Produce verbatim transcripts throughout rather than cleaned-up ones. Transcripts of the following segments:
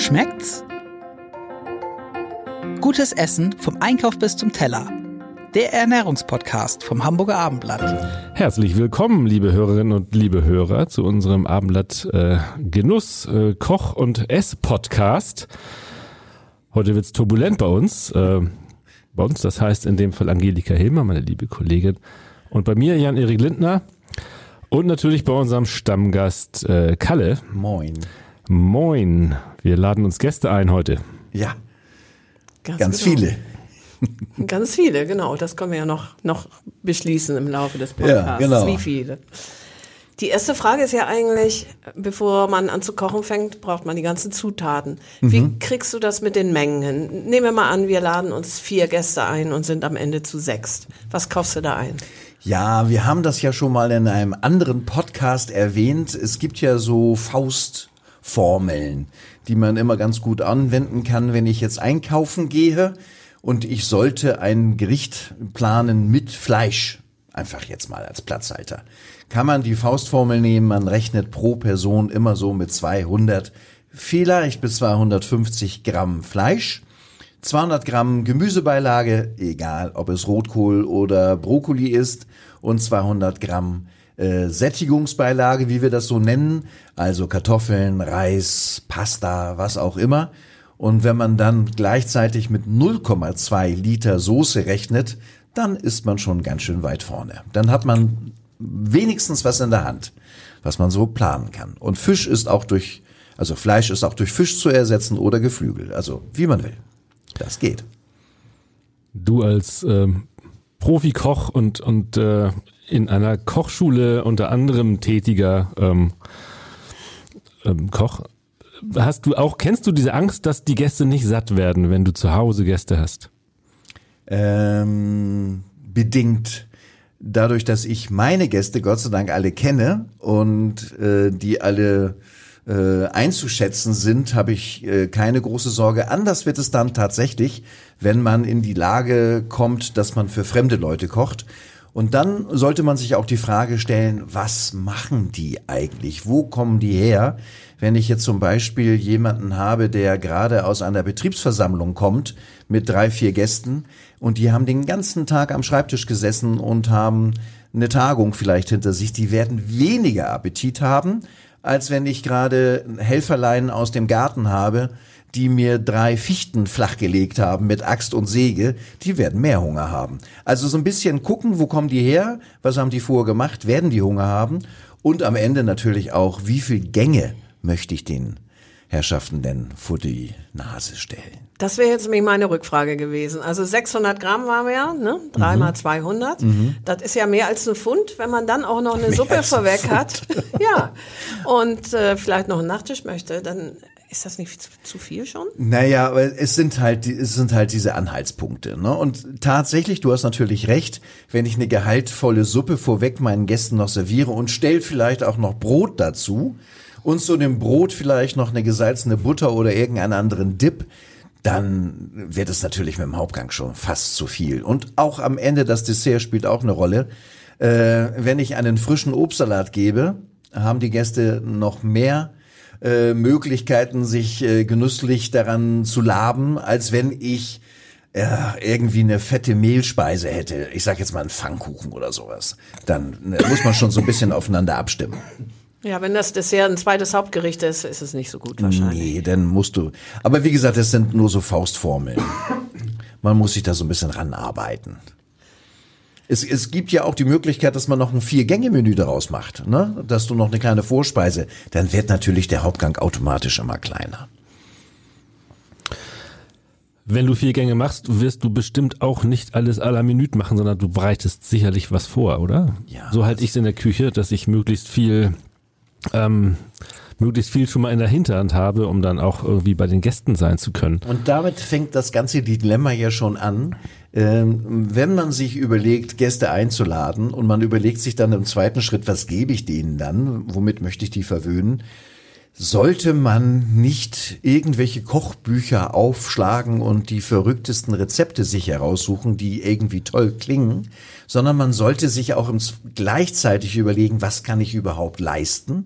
Schmeckt's? Gutes Essen vom Einkauf bis zum Teller. Der Ernährungspodcast vom Hamburger Abendblatt. Herzlich willkommen, liebe Hörerinnen und liebe Hörer, zu unserem Abendblatt äh, Genuss, äh, Koch- und Ess-Podcast. Heute wird's turbulent bei uns. Äh, bei uns, das heißt in dem Fall Angelika Hilmer, meine liebe Kollegin. Und bei mir Jan-Erik Lindner. Und natürlich bei unserem Stammgast äh, Kalle. Moin. Moin. Wir laden uns Gäste ein heute. Ja, Ganz, ganz genau. viele. Ganz viele, genau. Das können wir ja noch, noch beschließen im Laufe des Podcasts. Ja, genau. Wie viele? Die erste Frage ist ja eigentlich, bevor man an zu kochen fängt, braucht man die ganzen Zutaten. Wie mhm. kriegst du das mit den Mengen hin? Nehmen wir mal an, wir laden uns vier Gäste ein und sind am Ende zu sechs. Was kaufst du da ein? Ja, wir haben das ja schon mal in einem anderen Podcast erwähnt. Es gibt ja so Faustformeln, die man immer ganz gut anwenden kann, wenn ich jetzt einkaufen gehe und ich sollte ein Gericht planen mit Fleisch. Einfach jetzt mal als Platzhalter. Kann man die Faustformel nehmen, man rechnet pro Person immer so mit zweihundert, vielleicht bis zweihundertfünfzig Gramm Fleisch, zweihundert Gramm Gemüsebeilage, egal ob es Rotkohl oder Brokkoli ist, und zweihundert Gramm äh, Sättigungsbeilage, wie wir das so nennen, also Kartoffeln, Reis, Pasta, was auch immer. Und wenn man dann gleichzeitig mit null Komma zwei Liter Soße rechnet, dann ist man schon ganz schön weit vorne. Dann hat man wenigstens was in der Hand, was man so planen kann. Und Fisch ist auch durch, also Fleisch ist auch durch Fisch zu ersetzen oder Geflügel, also wie man will. Das geht. Du als ähm, Profikoch und und äh, in einer Kochschule unter anderem tätiger ähm, ähm, Koch, hast du auch kennst du diese Angst, dass die Gäste nicht satt werden, wenn du zu Hause Gäste hast? Ähm, bedingt. Dadurch, dass ich meine Gäste Gott sei Dank alle kenne und äh, die alle äh, einzuschätzen sind, habe ich äh, keine große Sorge. Anders wird es dann tatsächlich, wenn man in die Lage kommt, dass man für fremde Leute kocht. Und dann sollte man sich auch die Frage stellen, was machen die eigentlich? Wo kommen die her? Wenn ich jetzt zum Beispiel jemanden habe, der gerade aus einer Betriebsversammlung kommt mit drei, vier Gästen und die haben den ganzen Tag am Schreibtisch gesessen und haben eine Tagung vielleicht hinter sich, die werden weniger Appetit haben, als wenn ich gerade Helferlein aus dem Garten habe, die mir drei Fichten flachgelegt haben mit Axt und Säge, die werden mehr Hunger haben. Also so ein bisschen gucken, wo kommen die her, was haben die vorher gemacht, werden die Hunger haben und am Ende natürlich auch, wie viel Gänge möchte ich den Herrschaften denn vor die Nase stellen. Das wäre jetzt nämlich meine Rückfrage gewesen. Also sechshundert Gramm waren wir ja, ne? Drei mal zweihundert. Mhm. Das ist ja mehr als ein Pfund, wenn man dann auch noch eine Mehr Suppe vorweg Pfund. hat. Ja. Und äh, vielleicht noch einen Nachtisch möchte, dann ist das nicht zu, zu viel schon? Naja, aber es sind halt, es sind halt diese Anhaltspunkte, ne? Und tatsächlich, du hast natürlich recht, wenn ich eine gehaltvolle Suppe vorweg meinen Gästen noch serviere und stell vielleicht auch noch Brot dazu und zu dem Brot vielleicht noch eine gesalzene Butter oder irgendeinen anderen Dip, dann wird es natürlich mit dem Hauptgang schon fast zu viel. Und auch am Ende das Dessert spielt auch eine Rolle. Äh, wenn ich einen frischen Obstsalat gebe, haben die Gäste noch mehr äh, Möglichkeiten, sich äh, genüsslich daran zu laben, als wenn ich äh, irgendwie eine fette Mehlspeise hätte. Ich sag jetzt mal einen Pfannkuchen oder sowas. Dann äh, muss man schon so ein bisschen aufeinander abstimmen. Ja, wenn das Dessert ein zweites Hauptgericht ist, ist es nicht so gut wahrscheinlich. Nee, dann musst du. Aber wie gesagt, es sind nur so Faustformeln. Man muss sich da so ein bisschen ranarbeiten. Es, es gibt ja auch die Möglichkeit, dass man noch ein Vier-Gänge-Menü daraus macht, ne? Dass du noch eine kleine Vorspeise. Dann wird natürlich der Hauptgang automatisch immer kleiner. Wenn du vier Gänge machst, wirst du bestimmt auch nicht alles à la Minute machen, sondern du bereitest sicherlich was vor, oder? Ja. So halte ich es in der Küche, dass ich möglichst viel ähm, möglichst viel schon mal in der Hinterhand habe, um dann auch irgendwie bei den Gästen sein zu können. Und damit fängt das ganze Dilemma ja schon an. Ähm, wenn man sich überlegt, Gäste einzuladen und man überlegt sich dann im zweiten Schritt, was gebe ich denen dann, womit möchte ich die verwöhnen, sollte man nicht irgendwelche Kochbücher aufschlagen und die verrücktesten Rezepte sich heraussuchen, die irgendwie toll klingen, sondern man sollte sich auch gleichzeitig überlegen, was kann ich überhaupt leisten,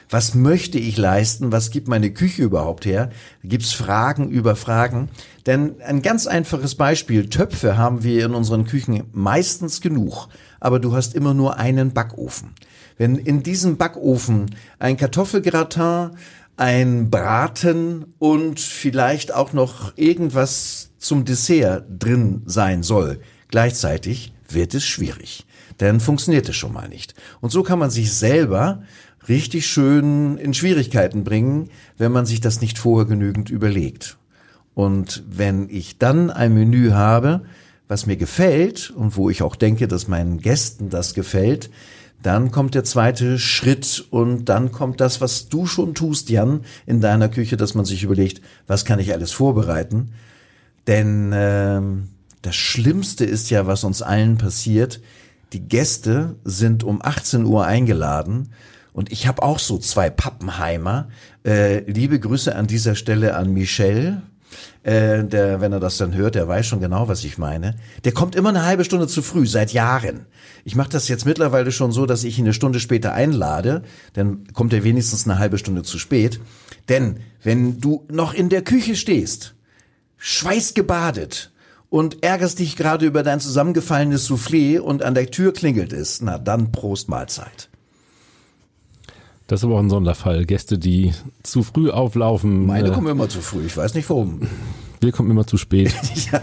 Was möchte ich leisten? Was gibt meine Küche überhaupt her? Da gibt's Fragen über Fragen. Denn ein ganz einfaches Beispiel, Töpfe haben wir in unseren Küchen meistens genug, aber du hast immer nur einen Backofen. Wenn in diesem Backofen ein Kartoffelgratin, ein Braten und vielleicht auch noch irgendwas zum Dessert drin sein soll, gleichzeitig wird es schwierig. Dann funktioniert es schon mal nicht. Und so kann man sich selber richtig schön in Schwierigkeiten bringen, wenn man sich das nicht vorher genügend überlegt. Und wenn ich dann ein Menü habe, was mir gefällt und wo ich auch denke, dass meinen Gästen das gefällt, dann kommt der zweite Schritt und dann kommt das, was du schon tust, Jan, in deiner Küche, dass man sich überlegt, was kann ich alles vorbereiten? Denn äh, das Schlimmste ist ja, was uns allen passiert, die Gäste sind um achtzehn Uhr eingeladen und ich habe auch so zwei Pappenheimer. Äh, liebe Grüße an dieser Stelle an Michel. Äh, der, wenn er das dann hört, der weiß schon genau, was ich meine. Der kommt immer eine halbe Stunde zu früh, seit Jahren. Ich mache das jetzt mittlerweile schon so, dass ich ihn eine Stunde später einlade, dann kommt er wenigstens eine halbe Stunde zu spät. Denn wenn du noch in der Küche stehst, schweißgebadet und ärgerst dich gerade über dein zusammengefallenes Soufflé und an der Tür klingelt es, na dann Prost Mahlzeit. Das ist aber auch ein Sonderfall. Gäste, die zu früh auflaufen. Meine äh, kommen immer zu früh, ich weiß nicht warum. Wir kommen immer zu spät. Ja.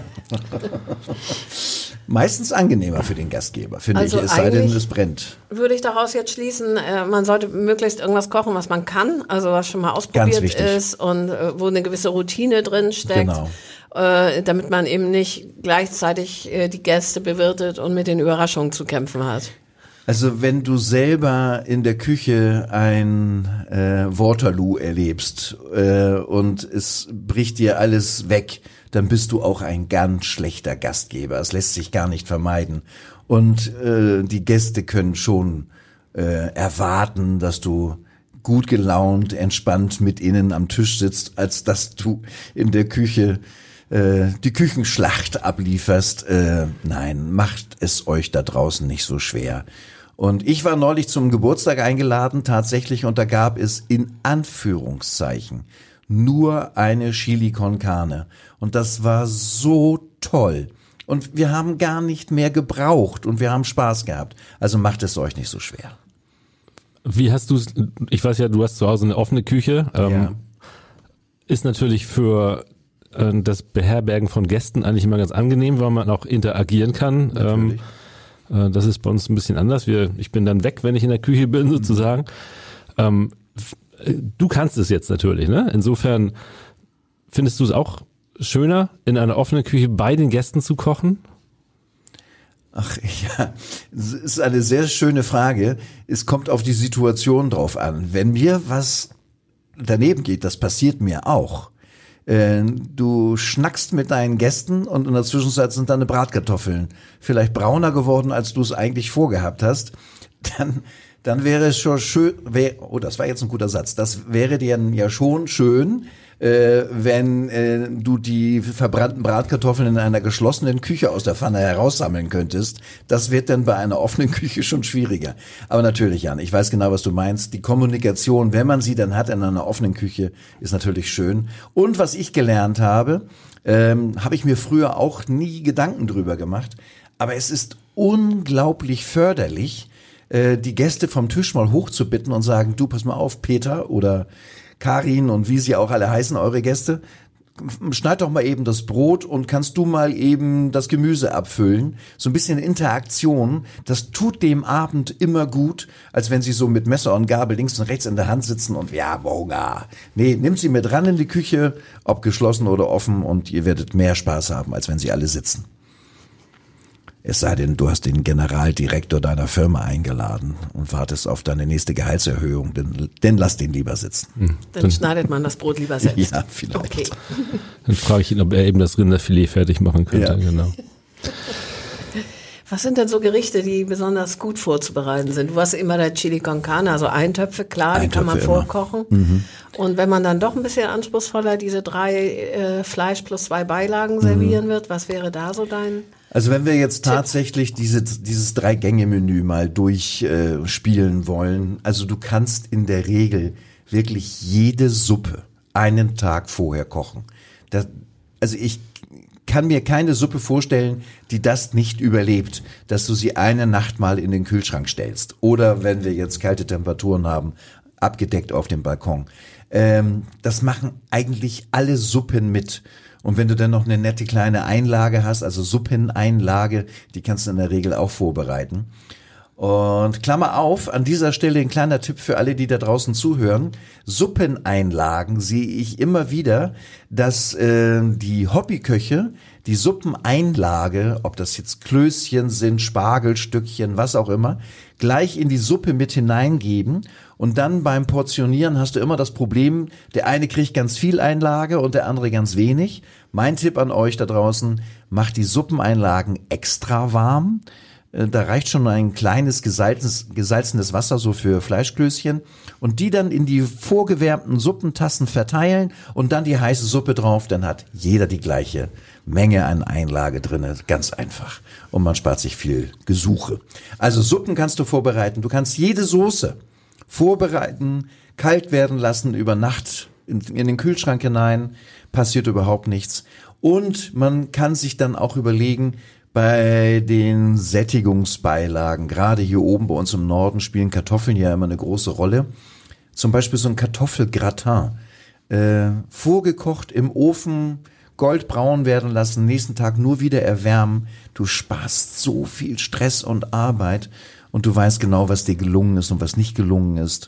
Meistens angenehmer für den Gastgeber, finde Also ich, es sei denn, eigentlich es brennt. Würde ich daraus jetzt schließen, äh, man sollte möglichst irgendwas kochen, was man kann, also was schon mal Ganz ausprobiert wichtig. ist und äh, wo eine gewisse Routine drin steckt, Genau. äh, damit man eben nicht gleichzeitig äh, die Gäste bewirtet und mit den Überraschungen zu kämpfen hat. Also wenn du selber in der Küche ein äh, Waterloo erlebst äh, und es bricht dir alles weg, dann bist du auch ein ganz schlechter Gastgeber. Es lässt sich gar nicht vermeiden. Und äh, die Gäste können schon äh, erwarten, dass du gut gelaunt, entspannt mit ihnen am Tisch sitzt, als dass du in der Küche äh, die Küchenschlacht ablieferst. Äh, nein, macht es euch da draußen nicht so schwer. Und ich war neulich zum Geburtstag eingeladen, tatsächlich, und da gab es in Anführungszeichen nur eine Chili con Carne. Und das war so toll. Und wir haben gar nicht mehr gebraucht und wir haben Spaß gehabt. Also macht es euch nicht so schwer. Wie hast du es, ich weiß ja, du hast zu Hause eine offene Küche. Ähm, Ja. Ist natürlich für äh, das Beherbergen von Gästen eigentlich immer ganz angenehm, weil man auch interagieren kann. Natürlich. Ähm, äh, das ist bei uns ein bisschen anders. Wir, ich bin dann weg, wenn ich in der Küche bin, sozusagen. Ähm, f- äh, du kannst es jetzt natürlich, ne? Insofern findest du es auch schöner, in einer offenen Küche bei den Gästen zu kochen? Ach ja, es ist eine sehr schöne Frage. Es kommt auf die Situation drauf an. Wenn mir was daneben geht, das passiert mir auch. Äh, du schnackst mit deinen Gästen und in der Zwischenzeit sind deine Bratkartoffeln vielleicht brauner geworden, als du es eigentlich vorgehabt hast. Dann, dann wäre es schon schön, wär, oh, das war jetzt ein guter Satz, das wäre dir ja schon schön, äh, wenn äh, du die verbrannten Bratkartoffeln in einer geschlossenen Küche aus der Pfanne heraussammeln könntest. Das wird dann bei einer offenen Küche schon schwieriger. Aber natürlich, Jan, ich weiß genau, was du meinst. Die Kommunikation, wenn man sie dann hat in einer offenen Küche, ist natürlich schön. Und was ich gelernt habe, ähm, habe ich mir früher auch nie Gedanken drüber gemacht. Aber es ist unglaublich förderlich, äh, die Gäste vom Tisch mal hochzubitten und sagen, du, pass mal auf, Peter oder Karin und wie sie auch alle heißen, eure Gäste, schneid doch mal eben das Brot und kannst du mal eben das Gemüse abfüllen. So ein bisschen Interaktion, das tut dem Abend immer gut, als wenn sie so mit Messer und Gabel links und rechts in der Hand sitzen und ja, boga. Nee, nimmt sie mit ran in die Küche, ob geschlossen oder offen, und ihr werdet mehr Spaß haben, als wenn sie alle sitzen. Es sei denn, du hast den Generaldirektor deiner Firma eingeladen und wartest auf deine nächste Gehaltserhöhung, denn, denn lass den lieber sitzen. Hm. Dann, Dann, schneidet man das Brot lieber selbst. Ja, vielleicht. Okay. dann frage ich ihn, ob er eben das Rinderfilet fertig machen könnte. Ja. Genau. Was sind denn so Gerichte, die besonders gut vorzubereiten sind? Du hast immer der Chili con Carne, also Eintöpfe, klar, die kann man Eintöpfe immer. vorkochen. Mhm. Und wenn man dann doch ein bisschen anspruchsvoller diese drei äh, Fleisch plus zwei Beilagen servieren wird, was wäre da so dein... Also wenn wir jetzt tatsächlich diese, dieses Drei-Gänge-Menü mal durchspielen äh, wollen, also du kannst in der Regel wirklich jede Suppe einen Tag vorher kochen. Das, also ich kann mir keine Suppe vorstellen, die das nicht überlebt, dass du sie eine Nacht mal in den Kühlschrank stellst. Oder wenn wir jetzt kalte Temperaturen haben, abgedeckt auf dem Balkon. Ähm, das machen eigentlich alle Suppen mit. Und wenn du dann noch eine nette kleine Einlage hast, also Suppeneinlage, die kannst du in der Regel auch vorbereiten. Und Klammer auf, an dieser Stelle ein kleiner Tipp für alle, die da draußen zuhören. Suppeneinlagen sehe ich immer wieder, dass äh, die Hobbyköche die Suppeneinlage, ob das jetzt Klößchen sind, Spargelstückchen, was auch immer, gleich in die Suppe mit hineingeben. Und dann beim Portionieren hast du immer das Problem, der eine kriegt ganz viel Einlage und der andere ganz wenig. Mein Tipp an euch da draußen, macht die Suppeneinlagen extra warm. Da reicht schon ein kleines gesalzenes, gesalzenes Wasser so für Fleischklößchen und die dann in die vorgewärmten Suppentassen verteilen und dann die heiße Suppe drauf, dann hat jeder die gleiche Menge an Einlage drinne, ganz einfach. Und man spart sich viel Gesuche. Also Suppen kannst du vorbereiten, du kannst jede Soße vorbereiten, kalt werden lassen, über Nacht in, in den Kühlschrank hinein, passiert überhaupt nichts. Und man kann sich dann auch überlegen, bei den Sättigungsbeilagen, gerade hier oben bei uns im Norden, spielen Kartoffeln ja immer eine große Rolle. Zum Beispiel so ein Kartoffelgratin, äh, vorgekocht im Ofen, goldbraun werden lassen, nächsten Tag nur wieder erwärmen. Du sparst so viel Stress und Arbeit und du weißt genau, was dir gelungen ist und was nicht gelungen ist.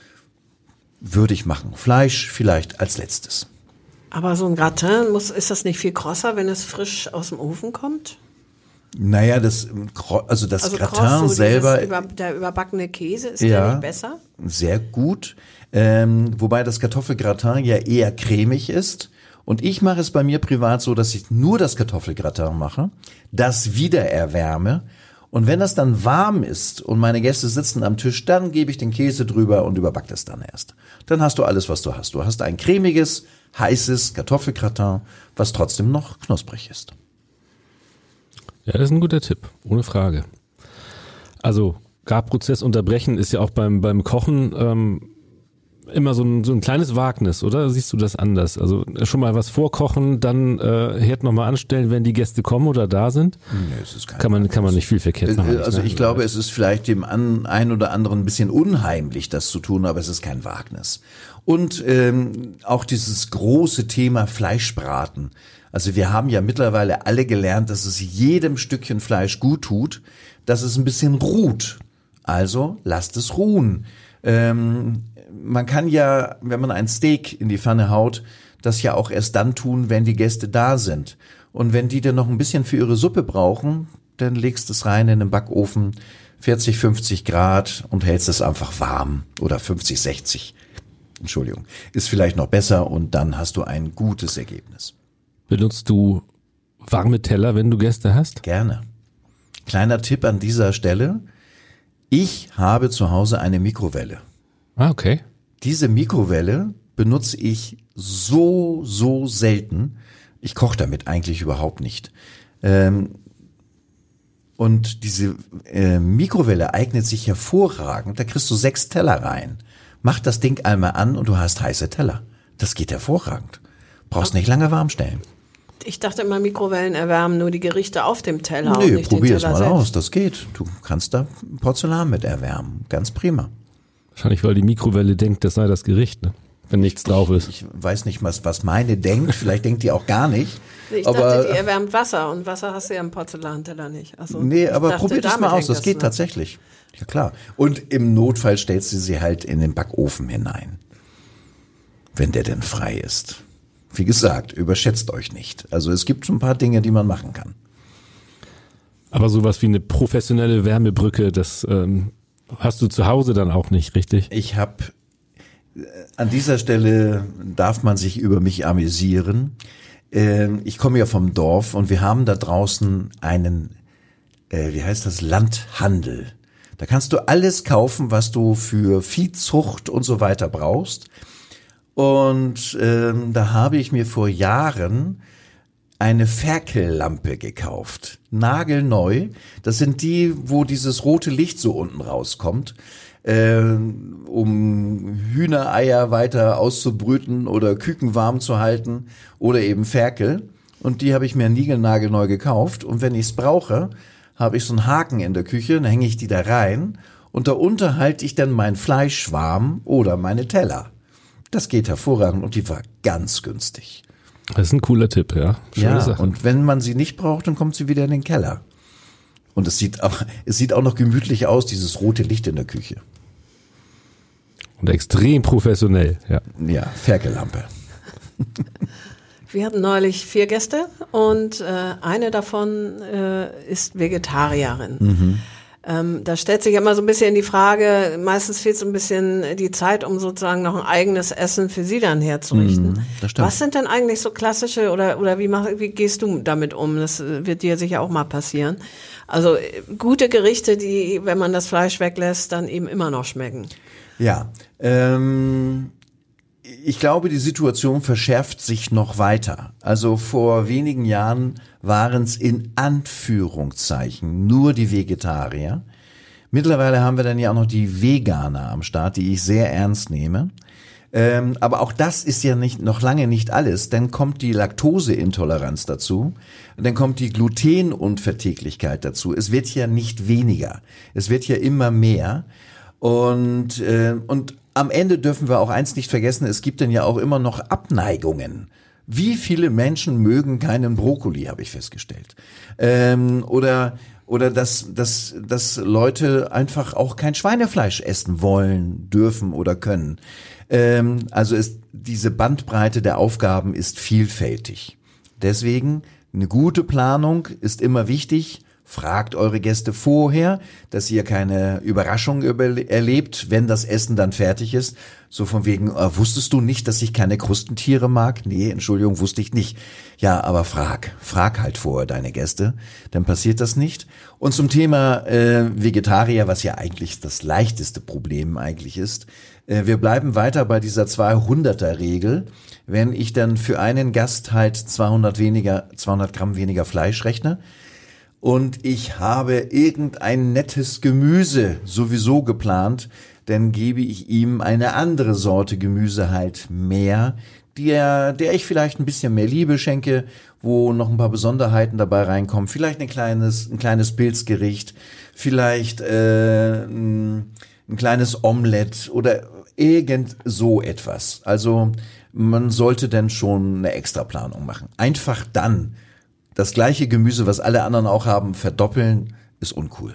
Würde ich machen. Fleisch vielleicht als letztes. Aber so ein Gratin, muss, ist das nicht viel krosser, wenn es frisch aus dem Ofen kommt? Naja, das, also das also Gratin kross, so selber. Über, der überbackene Käse, ist ja, der nicht besser? Sehr gut. Ähm, wobei das Kartoffelgratin ja eher cremig ist. Und ich mache es bei mir privat so, dass ich nur das Kartoffelgratin mache, das wieder erwärme. Und wenn das dann warm ist und meine Gäste sitzen am Tisch, dann gebe ich den Käse drüber und überback das dann erst. Dann hast du alles, was du hast. Du hast ein cremiges, heißes Kartoffelgratin, was trotzdem noch knusprig ist. Ja, das ist ein guter Tipp, ohne Frage. Also Garprozess unterbrechen ist ja auch beim beim Kochen ähm, immer so ein so ein kleines Wagnis, oder? Siehst du das anders? Also schon mal was vorkochen, dann äh, Herd nochmal anstellen, wenn die Gäste kommen oder da sind? Nee, es ist kein kann man kann man nicht viel verkehrt machen. Also ich glaube, es ist vielleicht dem einen oder anderen ein bisschen unheimlich, das zu tun, aber es ist kein Wagnis. Und ähm, auch dieses große Thema Fleischbraten. Also wir haben ja mittlerweile alle gelernt, dass es jedem Stückchen Fleisch gut tut, dass es ein bisschen ruht. Also lasst es ruhen. Ähm, man kann ja, wenn man ein Steak in die Pfanne haut, das ja auch erst dann tun, wenn die Gäste da sind. Und wenn die dann noch ein bisschen für ihre Suppe brauchen, dann legst du es rein in den Backofen, vierzig, fünfzig Grad und hältst es einfach warm. Oder fünfzig, sechzig. Entschuldigung. Ist vielleicht noch besser und dann hast du ein gutes Ergebnis. Benutzt du warme Teller, wenn du Gäste hast? Gerne. Kleiner Tipp an dieser Stelle. Ich habe zu Hause eine Mikrowelle. Ah, okay. Diese Mikrowelle benutze ich so, so selten. Ich koche damit eigentlich überhaupt nicht. Ähm, und diese äh, Mikrowelle eignet sich hervorragend. Da kriegst du sechs Teller rein. Mach das Ding einmal an und du hast heiße Teller. Das geht hervorragend. Brauchst nicht lange warm stellen. Ich dachte immer, Mikrowellen erwärmen nur die Gerichte auf dem Teller. Nee, und nicht probier den es Teller mal selbst. aus, das geht. Du kannst da Porzellan mit erwärmen. Ganz prima. Wahrscheinlich, weil die Mikrowelle denkt, das sei das Gericht, ne? Wenn nichts drauf ist. Ich weiß nicht, was, was meine denkt. Vielleicht denkt die auch gar nicht. Ich aber, dachte, die erwärmt Wasser und Wasser hast du ja im Porzellanteller nicht. Also, nee, aber dachte, probier das damit mal aus. hängt Das geht ne? tatsächlich. Ja, klar. Und im Notfall stellst du sie halt in den Backofen hinein. Wenn der denn frei ist. Wie gesagt, überschätzt euch nicht. Also es gibt schon ein paar Dinge, die man machen kann. Aber sowas wie eine professionelle Wärmebrücke, das ähm, hast du zu Hause dann auch nicht, richtig? Ich habe, an dieser Stelle darf man sich über mich amüsieren. Ähm, ich komme ja vom Dorf und wir haben da draußen einen, äh, wie heißt das, Landhandel. Da kannst du alles kaufen, was du für Viehzucht und so weiter brauchst. Und ähm, da habe ich mir vor Jahren eine Ferkellampe gekauft. Nagelneu. Das sind die, wo dieses rote Licht so unten rauskommt, äh, um Hühnereier weiter auszubrüten oder Küken warm zu halten oder eben Ferkel. Und die habe ich mir niegelnagelneu gekauft. Und wenn ich es brauche, habe ich so einen Haken in der Küche, dann hänge ich die da rein. Und darunter halte ich dann mein Fleisch warm oder meine Teller. Das geht hervorragend und die war ganz günstig. Das ist ein cooler Tipp, ja. Schöne Ja, Sache. und wenn man sie nicht braucht, dann kommt sie wieder in den Keller. Und es sieht auch, es sieht auch noch gemütlich aus, dieses rote Licht in der Küche. Und extrem professionell, ja. Ja, Ferkellampe. Wir hatten neulich vier Gäste und äh, eine davon äh, ist Vegetarierin. Mhm. Ähm, da stellt sich immer so ein bisschen die Frage, meistens fehlt so ein bisschen die Zeit, um sozusagen noch ein eigenes Essen für sie dann herzurichten. Mhm, das stimmt. Was sind denn eigentlich so klassische oder oder wie mach, wie gehst du damit um? Das wird dir sicher auch mal passieren. Also gute Gerichte, die, wenn man das Fleisch weglässt, dann eben immer noch schmecken. Ja, ähm, ich glaube, die Situation verschärft sich noch weiter. Also vor wenigen Jahren waren es in Anführungszeichen nur die Vegetarier. Mittlerweile haben wir dann ja auch noch die Veganer am Start, die ich sehr ernst nehme. Ähm, aber auch das ist ja nicht noch lange nicht alles. Dann kommt die Laktoseintoleranz dazu. Dann kommt die Glutenunverträglichkeit dazu. Es wird ja nicht weniger. Es wird ja immer mehr. Und, äh, und am Ende dürfen wir auch eins nicht vergessen, es gibt dann ja auch immer noch Abneigungen. Wie viele Menschen mögen keinen Brokkoli, habe ich festgestellt. Ähm, oder oder dass, dass, dass Leute einfach auch kein Schweinefleisch essen wollen, dürfen oder können. Ähm, also ist diese Bandbreite der Aufgaben ist vielfältig. Deswegen eine gute Planung ist immer wichtig. Fragt eure Gäste vorher, dass ihr keine Überraschung erlebt, wenn das Essen dann fertig ist. So von wegen, äh, wusstest du nicht, dass ich keine Krustentiere mag? Nee, Entschuldigung, wusste ich nicht. Ja, aber frag, frag halt vorher deine Gäste, dann passiert das nicht. Und zum Thema äh, Vegetarier, was ja eigentlich das leichteste Problem eigentlich ist, äh, wir bleiben weiter bei dieser zweihunderter-Regel. Wenn ich dann für einen Gast halt zweihundert weniger, zweihundert Gramm weniger Fleisch rechne, und ich habe irgendein nettes Gemüse sowieso geplant, dann gebe ich ihm eine andere Sorte Gemüse halt mehr, der, der ich vielleicht ein bisschen mehr Liebe schenke, wo noch ein paar Besonderheiten dabei reinkommen. Vielleicht ein kleines, ein kleines Pilzgericht, vielleicht äh, ein, ein kleines Omelett oder irgend so etwas. Also man sollte dann schon eine Extraplanung machen. Einfach dann das gleiche Gemüse, was alle anderen auch haben, verdoppeln, ist uncool.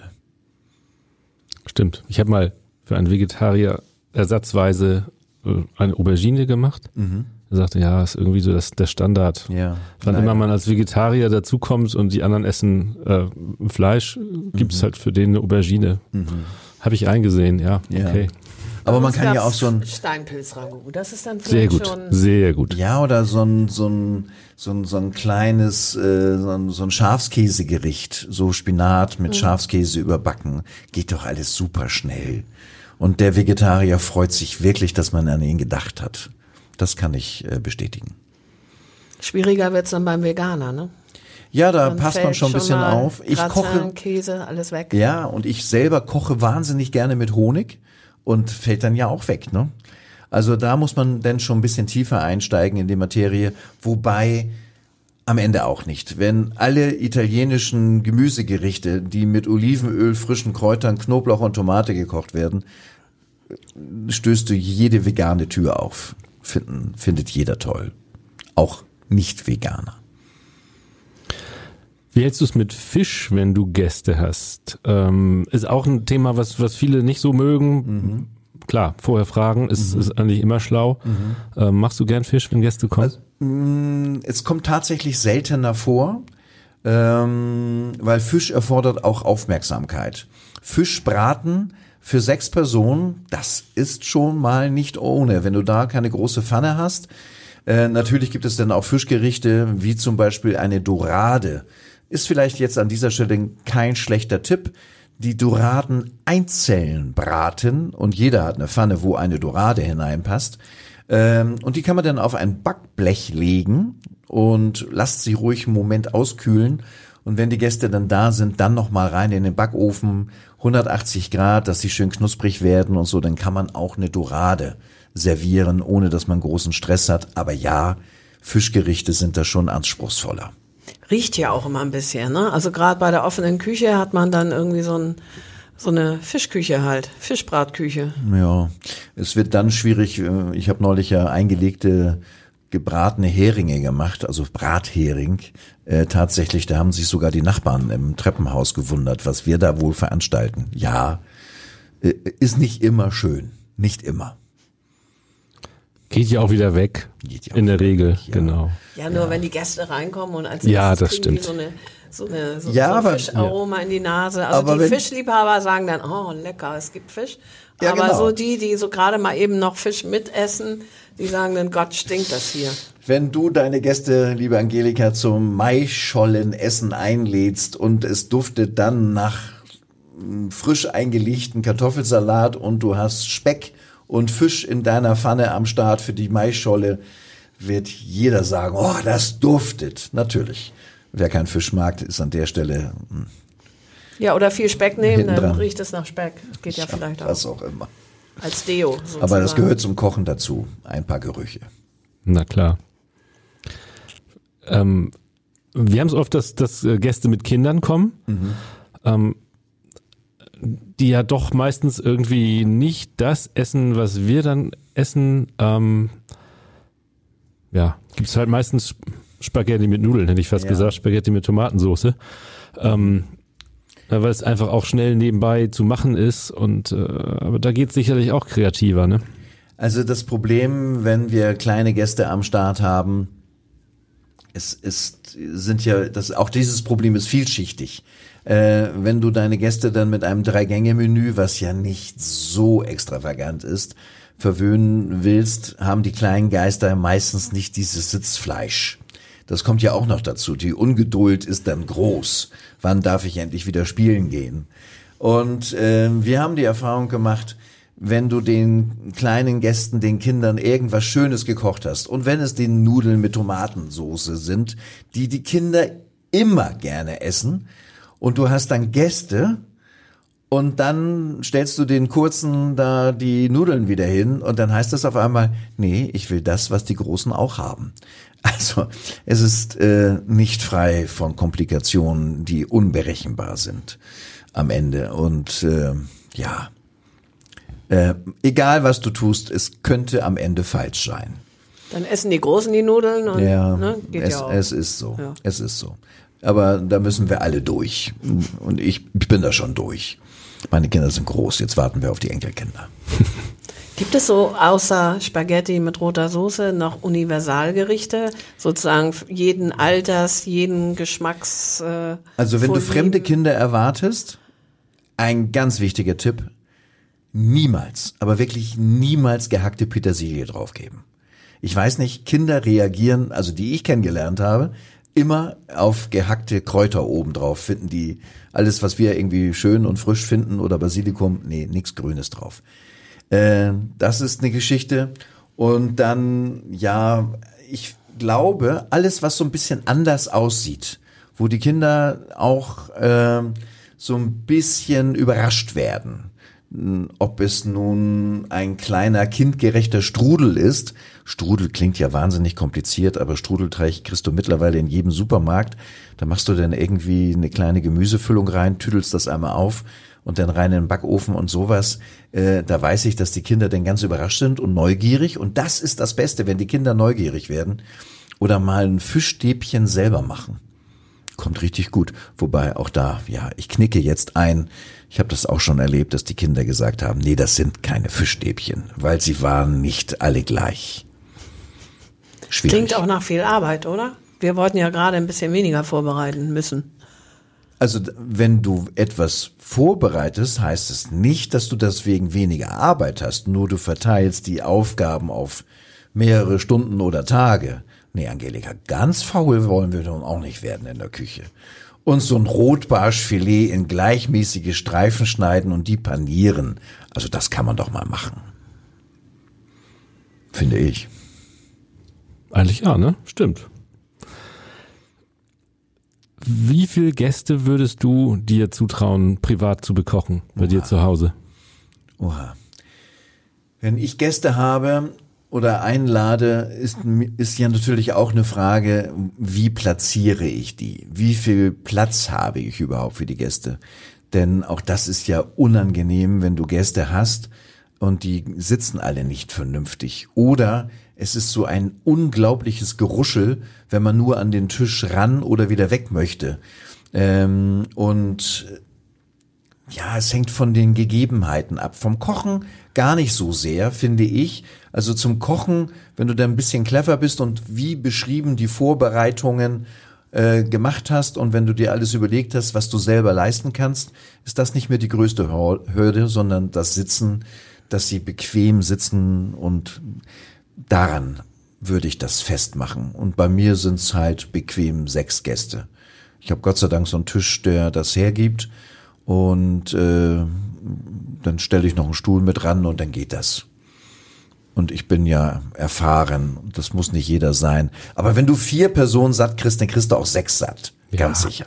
Stimmt. Ich habe mal für einen Vegetarier ersatzweise eine Aubergine gemacht. Mhm. Er sagte, ja, ist irgendwie so das, der Standard. Ja. Wann immer man als Vegetarier dazukommt und die anderen essen äh, Fleisch, gibt es mhm. halt für den eine Aubergine. Mhm. Habe ich eingesehen, ja, ja. Okay. Aber man kann ja auch so ein Steinpilzragout, das ist dann sehr gut, schon sehr gut. Ja, oder so ein so ein so ein, so ein kleines äh, so ein, so ein Schafskäsegericht, so Spinat mit mhm. Schafskäse überbacken, geht doch alles super schnell. Und der Vegetarier freut sich wirklich, dass man an ihn gedacht hat. Das kann ich äh, bestätigen. Schwieriger wird's dann beim Veganer, ne? Ja, da Dann passt man schon ein bisschen auf. Ich Gratin, koche Käse, alles weg. Ja, und ich selber koche wahnsinnig gerne mit Honig. Und fällt dann ja auch weg, ne? Also da muss man dann schon ein bisschen tiefer einsteigen in die Materie, wobei am Ende auch nicht. Wenn alle italienischen Gemüsegerichte, die mit Olivenöl, frischen Kräutern, Knoblauch und Tomate gekocht werden, stößt du jede vegane Tür auf. Finden, findet jeder toll. Auch Nicht-Veganer. Wie hältst du es mit Fisch, wenn du Gäste hast? Ähm, ist auch ein Thema, was, was viele nicht so mögen. Mhm. Klar, vorher fragen, ist, mhm. ist eigentlich immer schlau. Mhm. Ähm, machst du gern Fisch, wenn Gäste kommen? Also, mh, es kommt tatsächlich seltener vor, ähm, weil Fisch erfordert auch Aufmerksamkeit. Fischbraten für sechs Personen, das ist schon mal nicht ohne. Wenn du da keine große Pfanne hast, äh, natürlich gibt es dann auch Fischgerichte, wie zum Beispiel eine Dorade. Ist vielleicht jetzt an dieser Stelle kein schlechter Tipp. Die Doraden einzeln braten und jeder hat eine Pfanne, wo eine Dorade hineinpasst. Ähm, und die kann man dann auf ein Backblech legen und lasst sie ruhig einen Moment auskühlen. Und wenn die Gäste dann da sind, dann nochmal rein in den Backofen, hundertachtzig Grad, dass sie schön knusprig werden und so, dann kann man auch eine Dorade servieren, ohne dass man großen Stress hat. Aber ja, Fischgerichte sind da schon anspruchsvoller. Riecht ja auch immer ein bisschen, ne? Also gerade bei der offenen Küche hat man dann irgendwie so ein so eine Fischküche halt, Fischbratküche. Ja, es wird dann schwierig. Ich habe neulich ja eingelegte gebratene Heringe gemacht, also Brathering. Äh, tatsächlich, da haben sich sogar die Nachbarn im Treppenhaus gewundert, was wir da wohl veranstalten. Ja, äh, ist nicht immer schön, nicht immer. Geht ja auch wieder weg, Geht ja auch in der wieder Regel, weg, ja. genau. Ja, nur wenn die Gäste reinkommen und als Ja, erstes das kriegen die stimmt. so eine so eine so, Ja, so aber- Fischaroma in die Nase. Also Aber die wenn- Fischliebhaber sagen dann, oh lecker, es gibt Fisch. Ja, aber genau. so die, die so gerade mal eben noch Fisch mitessen, die sagen dann, Gott, stinkt das hier. Wenn du deine Gäste, liebe Angelika, zum Maischollenessen einlädst und es duftet dann nach mm, frisch eingelegten Kartoffelsalat und du hast Speck und Fisch in deiner Pfanne am Start für die Maischolle, wird jeder sagen, oh, das duftet. Natürlich. Wer keinen Fisch mag, ist an der Stelle mm, Ja, oder viel Speck nehmen, Hinten dann dran. riecht es nach Speck. Geht ja vielleicht auch. was auch immer. Als Deo sozusagen. Aber das gehört zum Kochen dazu. Ein paar Gerüche. Na klar. Ähm, wir haben es oft, dass, dass äh, Gäste mit Kindern kommen, ähm, die ja doch meistens irgendwie nicht das essen, was wir dann essen. Ähm, ja, gibt's halt meistens Spaghetti mit Nudeln, hätte ich fast Ja. gesagt, Spaghetti mit Tomatensauce. Ähm, ja, weil es einfach auch schnell nebenbei zu machen ist und äh, aber da geht's sicherlich auch kreativer, ne? Also das Problem, wenn wir kleine Gäste am Start haben, es ist, sind ja, das, auch dieses Problem ist vielschichtig. Äh, wenn du deine Gäste dann mit einem Drei-Gänge-Menü, was ja nicht so extravagant ist, verwöhnen willst, haben die kleinen Geister meistens nicht dieses Sitzfleisch. Das kommt ja auch noch dazu. Die Ungeduld ist dann groß. Wann darf ich endlich wieder spielen gehen? Und äh, wir haben die Erfahrung gemacht, wenn du den kleinen Gästen, den Kindern irgendwas Schönes gekocht hast und wenn es die Nudeln mit Tomatensauce sind, die die Kinder immer gerne essen und du hast dann Gäste und dann stellst du den Kurzen da die Nudeln wieder hin und dann heißt das auf einmal, nee, ich will das, was die Großen auch haben. Also es ist äh, nicht frei von Komplikationen, die unberechenbar sind am Ende und äh, ja, Äh, egal was du tust, es könnte am Ende falsch sein. Dann essen die Großen die Nudeln und Ja, ne, geht es, ja auch. es ist so. Ja. Es ist so. Aber da müssen wir alle durch. Und ich, ich bin da schon durch. Meine Kinder sind groß, jetzt warten wir auf die Enkelkinder. Gibt es so außer Spaghetti mit roter Soße noch Universalgerichte, sozusagen jeden Alters, jeden Geschmacks? Äh, Also wenn du Vorlieben? fremde Kinder erwartest, ein ganz wichtiger Tipp, niemals, aber wirklich niemals gehackte Petersilie draufgeben. Ich weiß nicht, Kinder reagieren, also die ich kennengelernt habe, immer auf gehackte Kräuter oben drauf, finden die alles, was wir irgendwie schön und frisch finden oder Basilikum, nee, nix Grünes drauf. Äh, das ist eine Geschichte. Und dann, ja, ich glaube, alles, was so ein bisschen anders aussieht, wo die Kinder auch äh, so ein bisschen überrascht werden, ob es nun ein kleiner kindgerechter Strudel ist. Strudel klingt ja wahnsinnig kompliziert, aber Strudelteig kriegst du mittlerweile in jedem Supermarkt. Da machst du dann irgendwie eine kleine Gemüsefüllung rein, tüdelst das einmal auf und dann rein in den Backofen und sowas. Äh, da weiß ich, dass die Kinder dann ganz überrascht sind und neugierig. Und das ist das Beste, wenn die Kinder neugierig werden oder mal ein Fischstäbchen selber machen. Kommt richtig gut. Wobei auch da, ja, ich knicke jetzt ein. Ich habe das auch schon erlebt, dass die Kinder gesagt haben, nee, das sind keine Fischstäbchen, weil sie waren nicht alle gleich. Schwierig. Klingt auch nach viel Arbeit, oder? Wir wollten ja gerade ein bisschen weniger vorbereiten müssen. Also wenn du etwas vorbereitest, heißt es nicht, dass du deswegen weniger Arbeit hast, nur du verteilst die Aufgaben auf mehrere Stunden oder Tage. Nee, Angelika, ganz faul wollen wir doch auch nicht werden in der Küche. Und so ein Rotbarschfilet in gleichmäßige Streifen schneiden und die panieren. Also das kann man doch mal machen. Finde ich. Eigentlich ja, ne? Stimmt. Wie viele Gäste würdest du dir zutrauen, privat zu bekochen bei Oha. dir zu Hause? Oha. Wenn ich Gäste habe oder einlade, ist, ist ja natürlich auch eine Frage, wie platziere ich die? Wie viel Platz habe ich überhaupt für die Gäste? Denn auch das ist ja unangenehm, wenn du Gäste hast und die sitzen alle nicht vernünftig. Oder es ist so ein unglaubliches Geruschel, wenn man nur an den Tisch ran oder wieder weg möchte. Ähm, und ja, es hängt von den Gegebenheiten ab. Vom Kochen gar nicht so sehr, finde ich. Also zum Kochen, wenn du da ein bisschen clever bist und wie beschrieben die Vorbereitungen äh, gemacht hast und wenn du dir alles überlegt hast, was du selber leisten kannst, ist das nicht mehr die größte Hürde, sondern das Sitzen, dass sie bequem sitzen, und daran würde ich das festmachen. Und bei mir sind es halt bequem sechs Gäste. Ich habe Gott sei Dank so einen Tisch, der das hergibt, und äh, dann stelle ich noch einen Stuhl mit ran und dann geht das. Und ich bin ja erfahren, das muss nicht jeder sein. Aber wenn du vier Personen satt kriegst, dann kriegst du auch sechs satt, ja. Ganz sicher.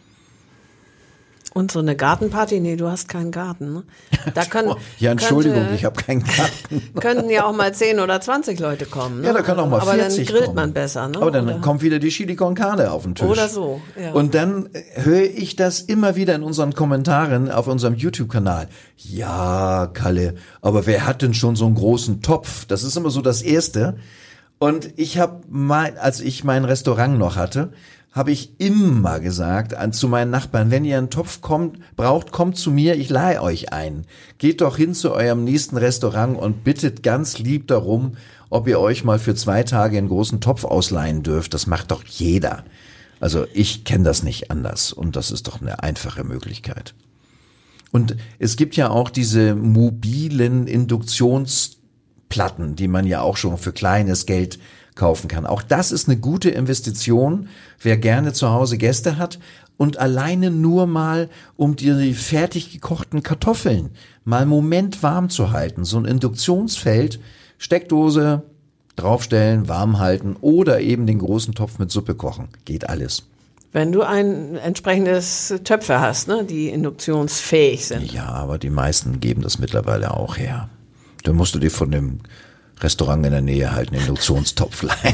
Und so eine Gartenparty? Nee, du hast keinen Garten, ne? Da können, ja, Entschuldigung, könnte, ich habe keinen Garten. Könnten ja auch mal zehn oder zwanzig Leute kommen, ne? Ja, da können auch mal aber vierzig dann grillt kommen. man besser, ne? Aber dann oder? kommt wieder die Chili con Carne auf den Tisch. Oder so, ja. Und dann höre ich das immer wieder in unseren Kommentaren auf unserem YouTube-Kanal. Ja, Kalle, aber wer hat denn schon so einen großen Topf? Das ist immer so das Erste. Und ich habe mal, als ich mein Restaurant noch hatte, habe ich immer gesagt an, zu meinen Nachbarn, wenn ihr einen Topf kommt, braucht, kommt zu mir, ich leihe euch einen. Geht doch hin zu eurem nächsten Restaurant und bittet ganz lieb darum, ob ihr euch mal für zwei Tage einen großen Topf ausleihen dürft. Das macht doch jeder. Also ich kenne das nicht anders, und das ist doch eine einfache Möglichkeit. Und es gibt ja auch diese mobilen Induktionsplatten, die man ja auch schon für kleines Geld kaufen kann. Auch das ist eine gute Investition, wer gerne zu Hause Gäste hat, und alleine nur mal, um die fertig gekochten Kartoffeln mal einen Moment warm zu halten. So ein Induktionsfeld, Steckdose draufstellen, warm halten oder eben den großen Topf mit Suppe kochen. Geht alles. Wenn du ein entsprechendes Töpfe hast, ne, die induktionsfähig sind. Ja, aber die meisten geben das mittlerweile auch her. Dann musst du dir von dem Restaurant in der Nähe halt einen Induktionstopf leihen.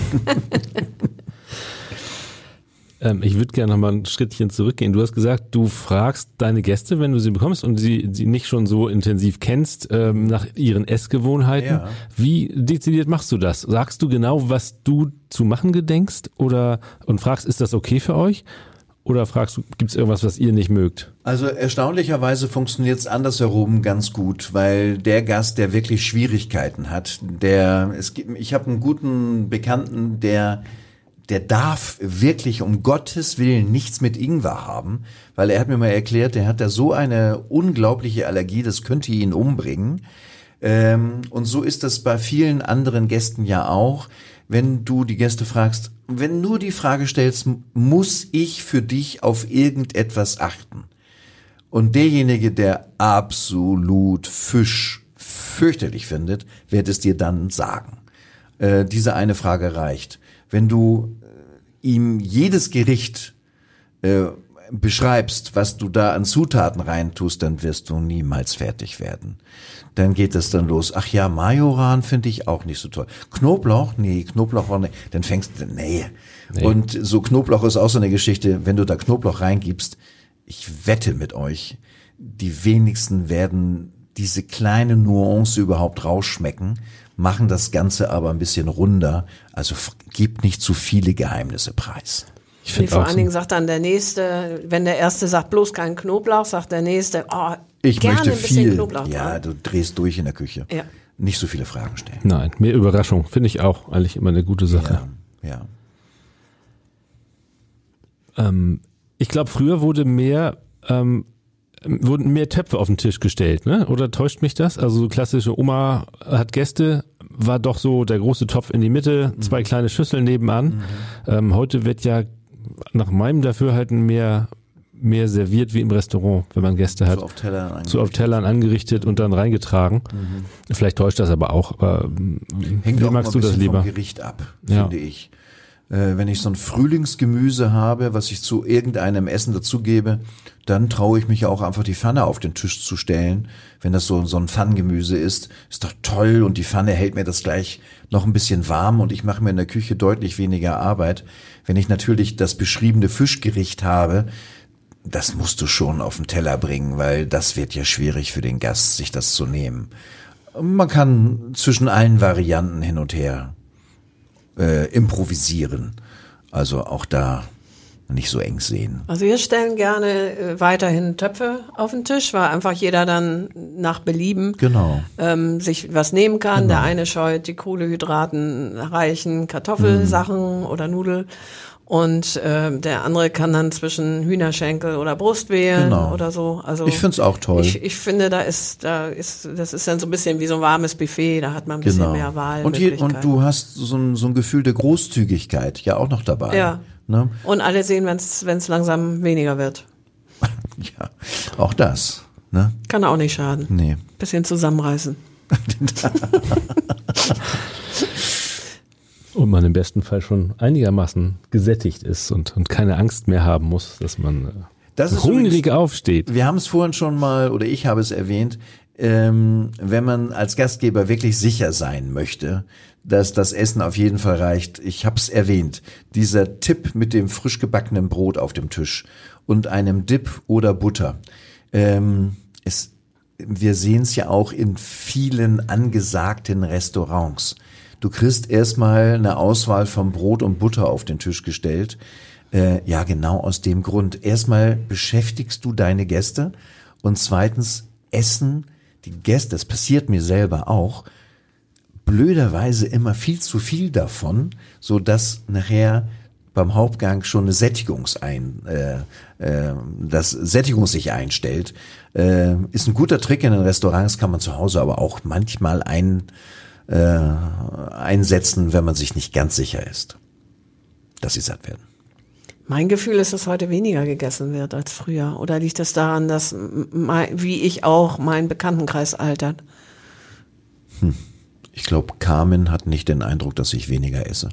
ähm, ich würde gerne noch mal ein Schrittchen zurückgehen. Du hast gesagt, du fragst deine Gäste, wenn du sie bekommst und sie, sie nicht schon so intensiv kennst, ähm, nach ihren Essgewohnheiten. Ja. Wie dezidiert machst du das? Sagst du genau, was du zu machen gedenkst, oder und fragst, ist das okay für euch? Oder fragst du, gibt es irgendwas, was ihr nicht mögt? Also erstaunlicherweise funktioniert es andersherum ganz gut, weil der Gast, der wirklich Schwierigkeiten hat, der es gibt, ich habe einen guten Bekannten, der der darf wirklich um Gottes Willen nichts mit Ingwer haben, weil er hat mir mal erklärt, der hat da so eine unglaubliche Allergie, das könnte ihn umbringen. Ähm, und so ist das bei vielen anderen Gästen ja auch. Wenn du die Gäste fragst, wenn nur die Frage stellst, muss ich für dich auf irgendetwas achten? Und derjenige, der absolut Fisch fürchterlich findet, wird es dir dann sagen. Äh, diese eine Frage reicht. Wenn du äh, ihm jedes Gericht äh, beschreibst, was du da an Zutaten reintust, dann wirst du niemals fertig werden. Dann geht es dann los. Ach ja, Majoran finde ich auch nicht so toll. Knoblauch? Nee, Knoblauch auch nicht. Dann fängst du, nee. nee. Und so Knoblauch ist auch so eine Geschichte, wenn du da Knoblauch reingibst, ich wette mit euch, die wenigsten werden diese kleine Nuance überhaupt rausschmecken, machen das Ganze aber ein bisschen runder. Also gib nicht zu viele Geheimnisse preis. Ich nee, vor allen so Dingen sagt dann der Nächste, wenn der Erste sagt, bloß keinen Knoblauch, sagt der Nächste, oh, ich gerne möchte ein bisschen viel. Knoblauch. Ja, du drehst durch in der Küche. Ja. Nicht so viele Fragen stellen. Nein, mehr Überraschung, finde ich auch eigentlich immer eine gute Sache. Ja, ja. Ähm, ich glaube, früher wurde mehr, ähm, wurden mehr Töpfe auf den Tisch gestellt, ne? Oder täuscht mich das? Also so klassische Oma hat Gäste, war doch so der große Topf in die Mitte, zwei mhm. kleine Schüsseln nebenan. Mhm. Ähm, heute wird ja nach meinem Dafürhalten mehr mehr serviert wie im Restaurant, wenn man Gäste hat. So auf Tellern angerichtet. So auf Tellern angerichtet und dann reingetragen. Mhm. Vielleicht täuscht das aber auch. Aber Hängt wie auch magst mal du ein das bisschen lieber? vom Gericht ab, Ja. finde ich. Äh, wenn ich so ein Frühlingsgemüse habe, was ich zu irgendeinem Essen dazugebe, dann traue ich mich auch einfach die Pfanne auf den Tisch zu stellen. Wenn das so, so ein Pfannengemüse ist, ist doch toll und die Pfanne hält mir das gleich noch ein bisschen warm und ich mache mir in der Küche deutlich weniger Arbeit. Wenn ich natürlich das beschriebene Fischgericht habe, das musst du schon auf den Teller bringen, weil das wird ja schwierig für den Gast, sich das zu nehmen. Man kann zwischen allen Varianten hin und her äh, improvisieren. Also auch da nicht so eng sehen. Also wir stellen gerne äh, weiterhin Töpfe auf den Tisch, weil einfach jeder dann nach Belieben Genau. ähm, sich was nehmen kann. Genau. Der eine scheut die Kohlenhydraten reichen Kartoffelsachen Mhm. oder Nudel und äh, der andere kann dann zwischen Hühnerschenkel oder Brust wählen Genau. oder so. Also Ich find's auch toll. Ich, ich finde, da ist, da ist, das ist dann so ein bisschen wie so ein warmes Buffet. Da hat man ein bisschen Genau. mehr Wahl. Und, je, und du hast so ein, so ein Gefühl der Großzügigkeit ja auch noch dabei. Ja. Ne? Und alle sehen, wenn es langsam weniger wird. Ja, auch das. Ne? Kann auch nicht schaden. Nee. Bisschen zusammenreißen. Und man im besten Fall schon einigermaßen gesättigt ist und, und keine Angst mehr haben muss, dass man äh, Das ist hungrig übrigens- aufsteht. Wir haben es vorhin schon mal, oder ich habe es erwähnt, ähm, wenn man als Gastgeber wirklich sicher sein möchte, dass das Essen auf jeden Fall reicht. Ich habe es erwähnt, dieser Tipp mit dem frisch gebackenen Brot auf dem Tisch und einem Dip oder Butter. Ähm, es, wir sehen es ja auch in vielen angesagten Restaurants. Du kriegst erstmal eine Auswahl von Brot und Butter auf den Tisch gestellt. Äh, ja, genau aus dem Grund. Erstmal beschäftigst du deine Gäste und zweitens essen die Gäste, das passiert mir selber auch, blöderweise immer viel zu viel davon, so dass nachher beim Hauptgang schon eine Sättigungsein, äh, äh, das Sättigung sich einstellt. Äh, ist ein guter Trick in den Restaurants, kann man zu Hause aber auch manchmal ein, äh, einsetzen, wenn man sich nicht ganz sicher ist, dass sie satt werden. Mein Gefühl ist, dass heute weniger gegessen wird als früher. Oder liegt das daran, dass, mein, wie ich auch, mein Bekanntenkreis altert? Hm. Ich glaube, Carmen hat nicht den Eindruck, dass ich weniger esse.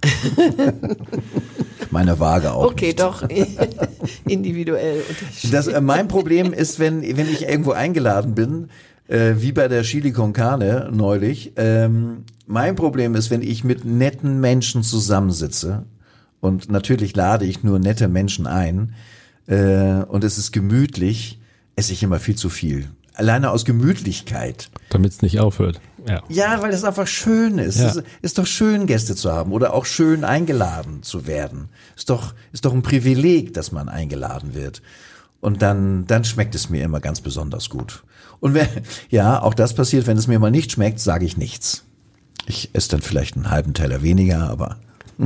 Meine Waage auch Okay, nicht. doch, individuell. Das, äh, mein Problem ist, wenn, wenn ich irgendwo eingeladen bin, äh, wie bei der Chili con Carne neulich, ähm, mein Problem ist, wenn ich mit netten Menschen zusammensitze, und natürlich lade ich nur nette Menschen ein, äh, und es ist gemütlich, esse ich immer viel zu viel. Alleine aus Gemütlichkeit. Damit es nicht aufhört. Ja. Ja, weil es einfach schön ist. Ja. Es ist doch schön, Gäste zu haben oder auch schön eingeladen zu werden. Ist doch, ist doch ein Privileg, dass man eingeladen wird. Und dann, dann schmeckt es mir immer ganz besonders gut. Und wenn, ja, auch das passiert, wenn es mir mal nicht schmeckt, sage ich nichts. Ich esse dann vielleicht einen halben Teller weniger, aber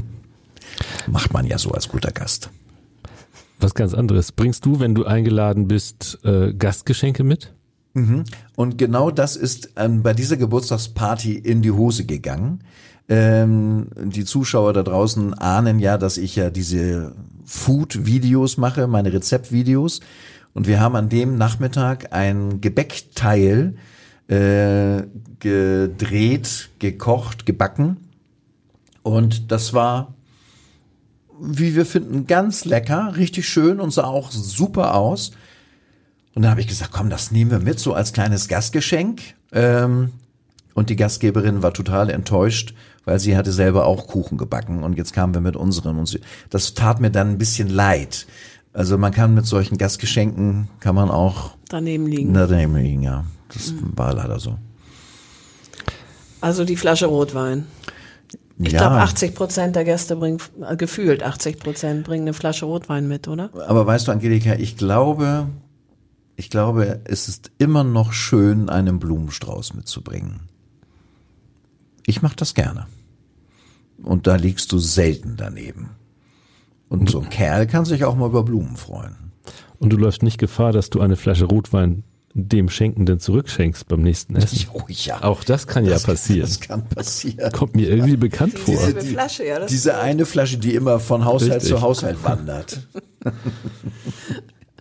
macht man ja so als guter Gast. Was ganz anderes. Bringst du, wenn du eingeladen bist, äh, Gastgeschenke mit? Mhm. Und genau das ist ähm, bei dieser Geburtstagsparty in die Hose gegangen. Ähm, die Zuschauer da draußen ahnen ja, dass ich ja diese Food-Videos mache, meine Rezeptvideos. Und wir haben an dem Nachmittag ein Gebäckteil äh, gedreht, gekocht, gebacken. Und das war, wie wir finden, ganz lecker, richtig schön und sah auch super aus. Und dann habe ich gesagt, komm, das nehmen wir mit, so als kleines Gastgeschenk. Ähm, und die Gastgeberin war total enttäuscht, weil sie hatte selber auch Kuchen gebacken. Und jetzt kamen wir mit unseren. Und sie, das tat mir dann ein bisschen leid. Also man kann mit solchen Gastgeschenken, kann man auch Daneben liegen. daneben liegen, ja. Das mhm. war leider so. Also die Flasche Rotwein. Ich ja, glaube, achtzig Prozent der Gäste bringen, äh, gefühlt achtzig Prozent bringen eine Flasche Rotwein mit, oder? aber weißt du, Angelika, ich glaube, ich glaube, es ist immer noch schön, einen Blumenstrauß mitzubringen. Ich mache das gerne. Und da liegst du selten daneben. Und so ein Kerl kann sich auch mal über Blumen freuen. Und du läufst nicht Gefahr, dass du eine Flasche Rotwein dem Schenkenden zurückschenkst beim nächsten Essen. Oh ja. Auch das kann ja das passieren. Kann, das kann passieren. Kommt mir irgendwie bekannt vor. Dieselbe Flasche, ja. Das Diese eine Flasche, die immer von Haushalt Richtig. zu Haushalt wandert.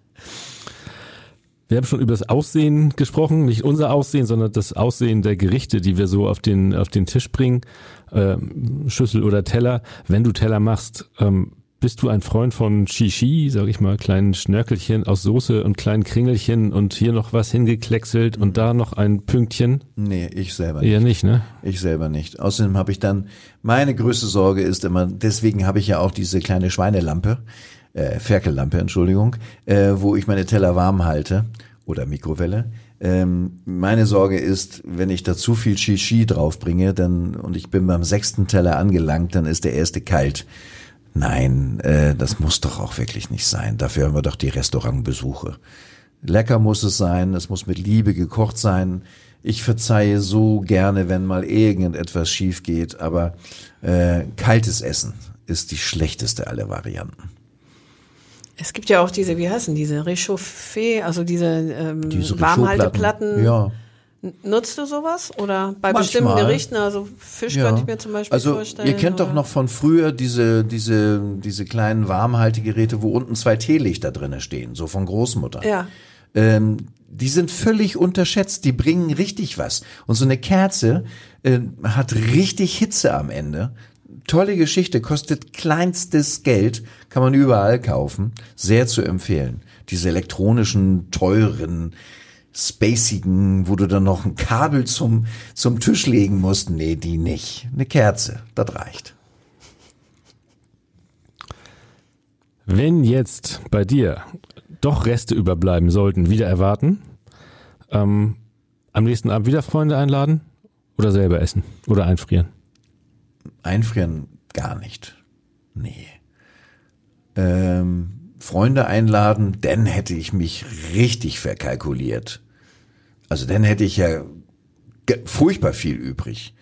Wir haben schon über das Aussehen gesprochen, nicht unser Aussehen, sondern das Aussehen der Gerichte, die wir so auf den auf den Tisch bringen, äh, Schüssel oder Teller. Wenn du Teller machst, ähm, bist du ein Freund von Shishi, sag ich mal, kleinen Schnörkelchen aus Soße und kleinen Kringelchen und hier noch was hingekleckselt und da noch ein Pünktchen? Nee, ich selber nicht. Eher nicht, ne? Ich selber nicht. Außerdem habe ich dann, meine größte Sorge ist immer, deswegen habe ich ja auch diese kleine Schweinelampe, äh, Ferkellampe, Entschuldigung, äh, wo ich meine Teller warm halte oder Mikrowelle. Ähm, meine Sorge ist, wenn ich da zu viel Shishi draufbringe, dann und ich bin beim sechsten Teller angelangt, dann ist der erste kalt. Nein, äh, das muss doch auch wirklich nicht sein. Dafür haben wir doch die Restaurantbesuche. Lecker muss es sein, es muss mit Liebe gekocht sein. Ich verzeihe so gerne, wenn mal irgendetwas schief geht, aber äh, kaltes Essen ist die schlechteste aller Varianten. Es gibt ja auch diese, wie heißen diese, Réchauffé, also diese, ähm, Diese Warmhalteplatten. Ja. Nutzt du sowas? Oder bei Manchmal. bestimmten Gerichten, also Fisch Ja. könnte ich mir zum Beispiel also, vorstellen. ihr kennt oder? doch noch von früher diese, diese, diese kleinen Warmhaltegeräte, wo unten zwei Teelichter drinne stehen, so von Großmutter. Ja. Ähm, die sind völlig unterschätzt, die bringen richtig was. Und so eine Kerze äh, hat richtig Hitze am Ende. Tolle Geschichte, kostet kleinstes Geld, kann man überall kaufen. Sehr zu empfehlen. Diese elektronischen, teuren, spacigen, wo du dann noch ein Kabel zum, zum Tisch legen musst. Nee, die nicht. Eine Kerze, das reicht. Wenn jetzt bei dir doch Reste überbleiben sollten, wieder erwarten, ähm, am nächsten Abend wieder Freunde einladen oder selber essen oder einfrieren? Einfrieren gar nicht. Nee. Ähm, Freunde einladen, dann hätte ich mich richtig verkalkuliert. Also dann hätte ich ja ge- furchtbar viel übrig.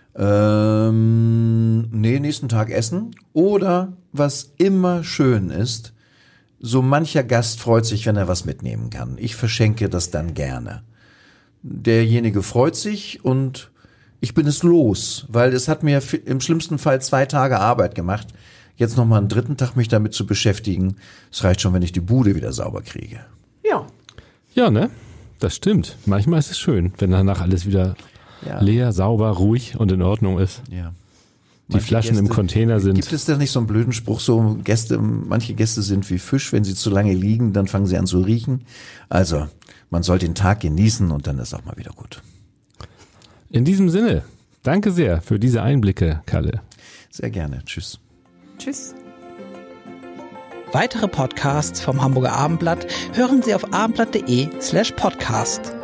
Ähm, nee, nächsten Tag essen. Oder, was immer schön ist, so mancher Gast freut sich, wenn er was mitnehmen kann. Ich verschenke das dann gerne. Derjenige freut sich und ich bin es los, weil es hat mir im schlimmsten Fall zwei Tage Arbeit gemacht. Jetzt nochmal einen dritten Tag mich damit zu beschäftigen. Es reicht schon, wenn ich die Bude wieder sauber kriege. Ja. Ja, ne? Das stimmt. Manchmal ist es schön, wenn danach alles wieder Ja. leer, sauber, ruhig und in Ordnung ist. Ja. Die Flaschen im Container sind. Gibt es da nicht so einen blöden Spruch, so Gäste, manche Gäste sind wie Fisch, wenn sie zu lange liegen, dann fangen sie an zu riechen. Also, man soll den Tag genießen und dann ist auch mal wieder gut. In diesem Sinne, danke sehr für diese Einblicke, Kalle. Sehr gerne. Tschüss. Tschüss. Weitere Podcasts vom Hamburger Abendblatt hören Sie auf abendblatt.de slash podcast.